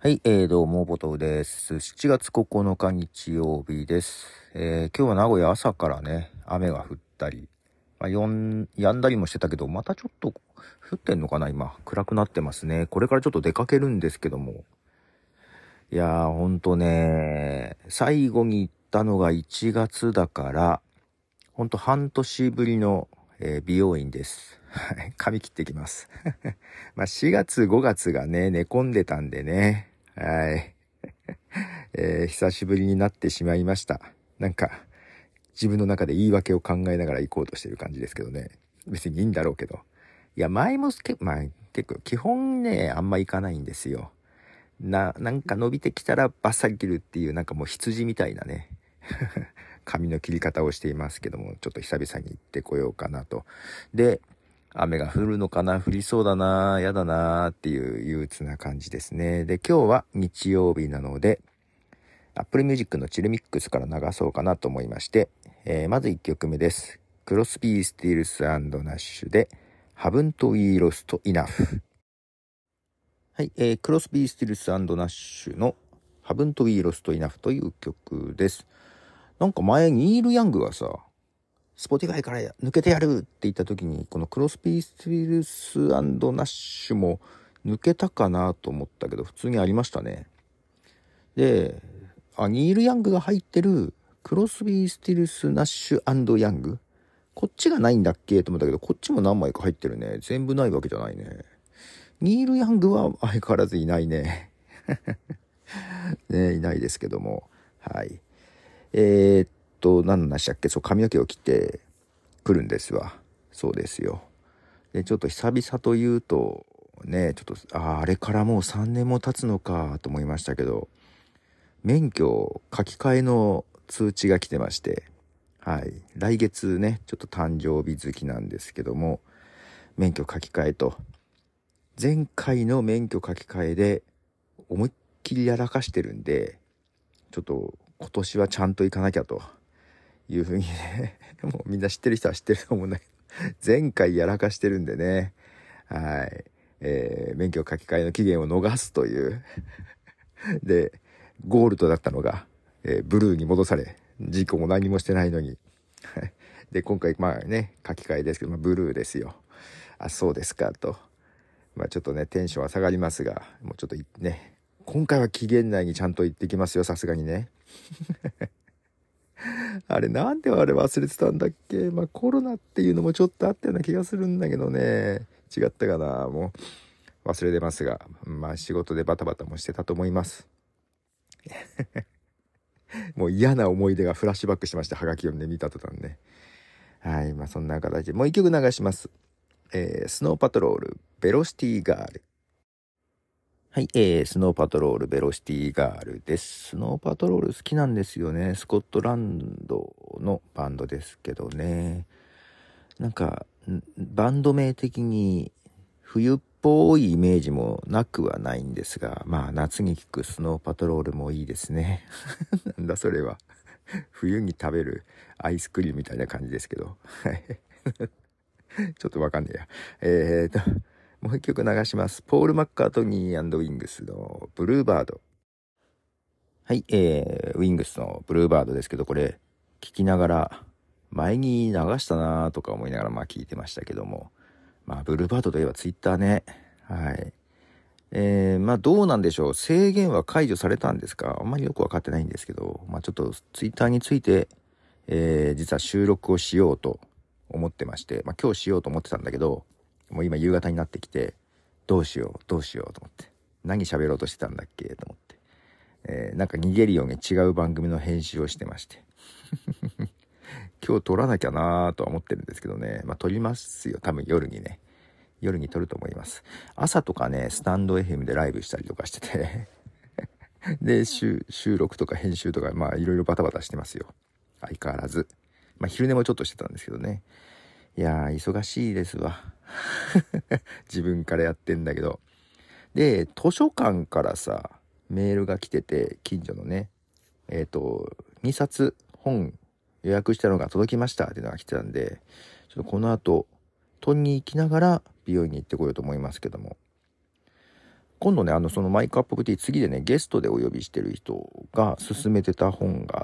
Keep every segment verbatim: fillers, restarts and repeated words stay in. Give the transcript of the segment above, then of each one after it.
はい、えー、どうも、ボトです。しちがつここのか日曜日です。えー、今日は名古屋朝からね、雨が降ったり、まあ、よん、止んだりもしてたけど、またちょっと降ってんのかな今。暗くなってますね。これからちょっと出かけるんですけども。いやー、ほんとね、最後に行ったのがいちがつだから、ほんと半年ぶりの、えー美容院です。はい、髪切ってきます。まあしがつごがつがね、寝込んでたんでね。はい。えー久しぶりになってしまいました。なんか、自分の中で言い訳を考えながら行こうとしてる感じですけどね。別にいいんだろうけど。いや、前もけ、まあ、結構、基本ね、あんま行かないんですよ。な、なんか伸びてきたらバッサリ切るっていう、なんかもう羊みたいなね、髪の切り方をしていますけども、ちょっと久々に行ってこようかなと。で、雨が降るのかな、降りそうだな、やだなっていう憂鬱な感じですね。で、今日は日曜日なので、Apple Music のチルミックスから流そうかなと思いまして、えーまずいっきょくめです。クロスビー・スティールス&ナッシュで Haven't We Lost Enough。はい、えー、クロスビー・スティールス&ナッシュの Haven't We Lost Enough という曲です。なんか前ニール・ヤングがさ、Spotify から抜けてやるって言った時に、このクロスビー・スティールス&ナッシュも抜けたかなと思ったけど、普通にありましたね。で、あ、ニール・ヤングが入ってるクロスビー・スティルス・ナッシュ&ヤング、こっちがないんだっけと思ったけど、こっちも何枚か入ってるね。全部ないわけじゃないね。ニール・ヤングは相変わらずいないね。ね、いないですけども。はい。えー、っと、何の話だっけ。そう、髪の毛を切ってくるんですわ。そうですよ。で、ちょっと久々というと、ね、ちょっと、ああ、あれからもうさんねんも経つのかと思いましたけど、免許書き換えの通知が来てまして、はい。来月ね、ちょっと誕生日月なんですけども、免許書き換えと、前回の免許書き換えで思いっきりやらかしてるんで、ちょっと今年はちゃんと行かなきゃというふうにね、もうみんな知ってる人は知ってると思うんだけど、前回やらかしてるんでね、はい。えー、免許書き換えの期限を逃すというで、ゴールドだったのが、えーブルーに戻され、事故も何もしてないのに。で、今回、まあね、書き換えですけど、まあ、ブルーですよ。あ、そうですか、と。まあちょっとね、テンションは下がりますが、もうちょっとね、今回は期限内にちゃんと行ってきますよ、さすがにね。あれ、なんであれ忘れてたんだっけ。まあコロナっていうのもちょっとあったような気がするんだけどね。違ったかな、もう。忘れてますが、まあ仕事でバタバタもしてたと思います。もう嫌な思い出がフラッシュバックしました。ハガキをね、見た途端ね。はい。まあそんな形で、もう一曲流します。えー、スノーパトロール、ベロシティガール。はい。えー、スノーパトロール、ベロシティガールです。スノーパトロール好きなんですよね。スコットランドのバンドですけどね。なんか、バンド名的に冬っぽいイメージもなくはないんですが、まあ夏に聴くスノーパトロールもいいですね。なんだそれは。冬に食べるアイスクリームみたいな感じですけど。ちょっとわかんねえや。えーと、もう一曲流します。ポール・マッカートニー&ウィングスのブルーバード。はい、えー、ウィングスのブルーバードですけど、これ聞きながら、前に流したなーとか思いながらまあ聞いてましたけども、まあブルーバードといえばツイッターね。はい。えー、まあどうなんでしょう。制限は解除されたんですか？あんまりよくわかってないんですけど、まあちょっとツイッターについて、えー、実は収録をしようと思ってまして、まあ今日しようと思ってたんだけど、もう今夕方になってきて、どうしよう、どうしようと思って。何喋ろうとしてたんだっけと思って。えー、なんか逃げるように違う番組の編集をしてまして。今日撮らなきゃなーとは思ってるんですけどね。まあ撮りますよ。多分夜にね。夜に撮ると思います。朝とかね、スタンド エフエム でライブしたりとかしててで、収録とか編集とか、まあいろいろバタバタしてますよ。相変わらず。まあ昼寝もちょっとしてたんですけどね。いやー、忙しいですわ。自分からやってんだけど。で、図書館からさ、メールが来てて、近所のね、えっと、にさつ本予約したのが届きましたっていうのが来てたんで、ちょっとこの後、取りに行きながら美容院に行ってこようと思いますけども。 今度ね、あの、そのマイクアップオブティー次でね、ゲストでお呼びしてる人が勧めてた本があって、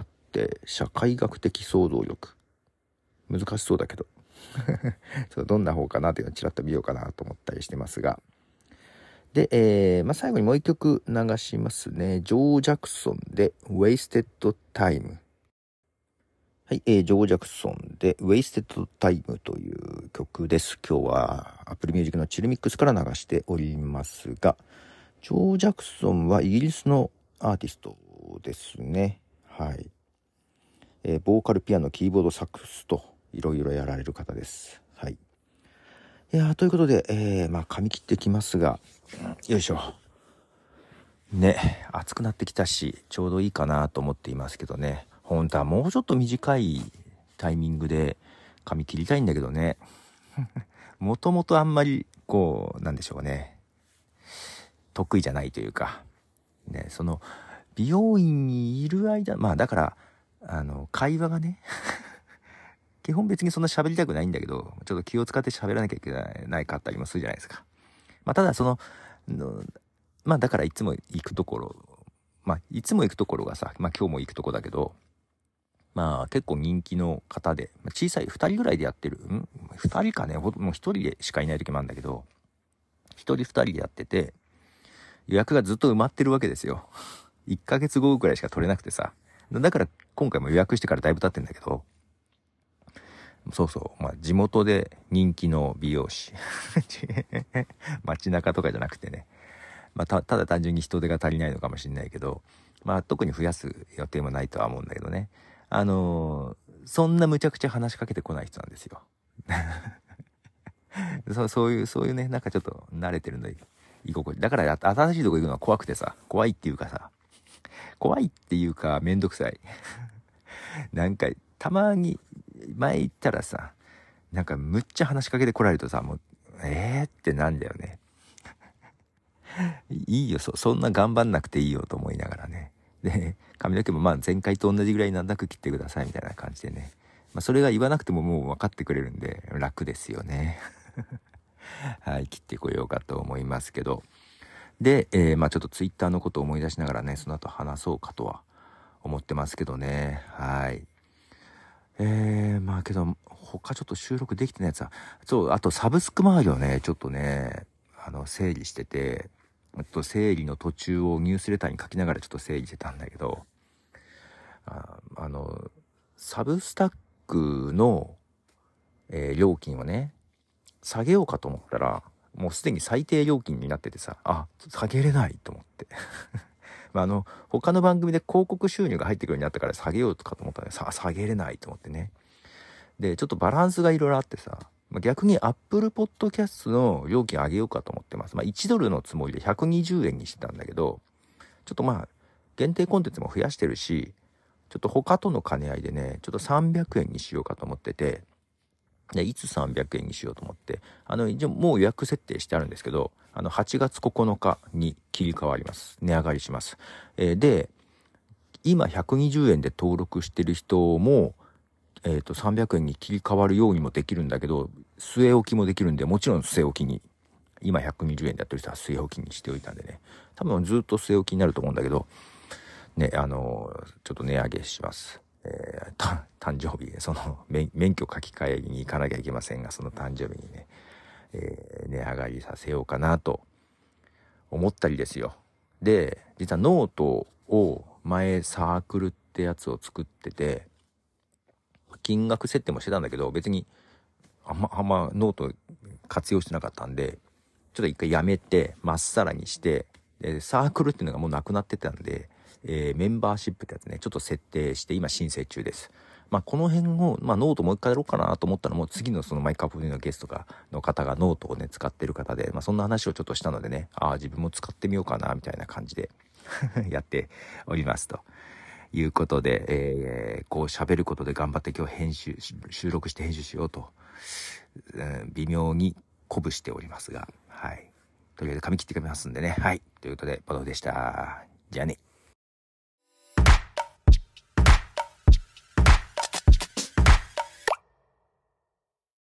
社会学的想像力。難しそうだけど。そうどんな方かなというのをちらっと見ようかなと思ったりしてますが。で、えー、まあ、最後にもう一曲流しますね。ジョー・ジャクソンで Wasted Time。はい、えー、ジョー・ジャクソンで Wasted Time という曲です。今日は Apple Music のチルミックスから流しておりますが、ジョー・ジャクソンはイギリスのアーティストですね。はい。えー、ボーカル、ピアノ、キーボード、サックスといろいろやられる方です。はい。いやー、ということで、えー、まあ髪切ってきますが、よいしょ。ね、暑くなってきたし、ちょうどいいかなと思っていますけどね。本当はもうちょっと短いタイミングで髪切りたいんだけどね。もともとあんまり、こう、なんでしょうね。得意じゃないというか。ね、その、美容院にいる間、まあだから、あの、会話がね、基本別にそんな喋りたくないんだけど、ちょっと気を使って喋らなきゃいけないかったりもするじゃないですか。まあただその、のまあだからいつも行くところ、まあいつも行くところがさ、まあ今日も行くとこだけど、まあ結構人気の方で、小さいふたりぐらいでやってる、ん ?ふたり かね、もうひとりでしかいない時もあるんだけど、ひとりふたりでやってて、予約がずっと埋まってるわけですよ。いっかげつごくらいしか取れなくてさ。だから今回も予約してからだいぶ経ってんだけど、そうそう、まあ地元で人気の美容師。街中とかじゃなくてね。まあた、ただ単純に人手が足りないのかもしれないけど、まあ特に増やす予定もないとは思うんだけどね。あのー、そんなむちゃくちゃ話しかけてこない人なんですよ。そうそういう、そういうね、なんかちょっと慣れてるのに居心地。だから新しいとこ行くのは怖くてさ、怖いっていうかさ、怖いっていうかめんどくさい。なんか、たまに、前行ったらさ、なんかむっちゃ話しかけてこられるとさ、もう、えーってなんだよね。いいよ、そ、そんな頑張んなくていいよと思いながらね。で、髪の毛もまあ前回と同じぐらい長く切ってくださいみたいな感じでね。まあそれが言わなくてももう分かってくれるんで楽ですよね。はい、切ってこようかと思いますけど。で、えー、まあちょっとツイッターのことを思い出しながらね、その後話そうかとは思ってますけどね。はい。えー、まあけど、他ちょっと収録できてないやつは、そう、あとサブスク周りをね、ちょっとね、あの、整理してて、えっと、整理の途中をニュースレターに書きながらちょっと整理してたんだけど、あ、あの、サブスタックの、えー、料金をね、下げようかと思ったら、もうすでに最低料金になっててさ、あ、下げれないと思って。まあ、あの、他の番組で広告収入が入ってくるようになったから下げようとかと思ったら、さ、下げれないと思ってね。で、ちょっとバランスがいろいろあってさ、逆に Apple Podcast の料金上げようかと思ってます。まあいちドルのつもりでひゃくにじゅうえんにしてたんだけど、ちょっとまあ限定コンテンツも増やしてるし、ちょっと他との兼ね合いでね、ちょっとさんびゃくえんにしようかと思ってて、でいつさんびゃくえんにしようと思って、あの、一応もう予約設定してあるんですけど、あのはちがつここのかに切り替わります。値上がりします。えー、で、今ひゃくにじゅうえんで登録してる人も、えっと、さんびゃくえんに切り替わるようにもできるんだけど、据え置きもできるんで、もちろん据え置きに、今ひゃくにじゅうえんでやってる人は据え置きにしておいたんでね、多分ずっと据え置きになると思うんだけど、ね、あの、ちょっと値上げします。えー、誕生日、その免、免許書き換えに行かなきゃいけませんが、その誕生日にね、えー、値上がりさせようかなと思ったりですよ。で、実はノートを前サークルってやつを作ってて、金額設定もしてたんだけど、別にあんま、あんまノート活用してなかったんで、ちょっと一回やめて、まっさらにして、で、サークルっていうのがもうなくなってたんで、えー、メンバーシップってやつね、ちょっと設定して今申請中です。まあこの辺を、まあノートもう一回やろうかなと思ったのも、次のそのマイクアップのゲストが、の方がノートをね、使ってる方で、まあそんな話をちょっとしたのでね、ああ、自分も使ってみようかな、みたいな感じでやっておりますと。いうことで、えー、こう喋ることで頑張って今日編集、収録して編集しようと、うん、微妙に鼓舞しておりますが、はい。とりあえず髪切ってきますんでね。はい。ということで、ボドでした。じゃあね。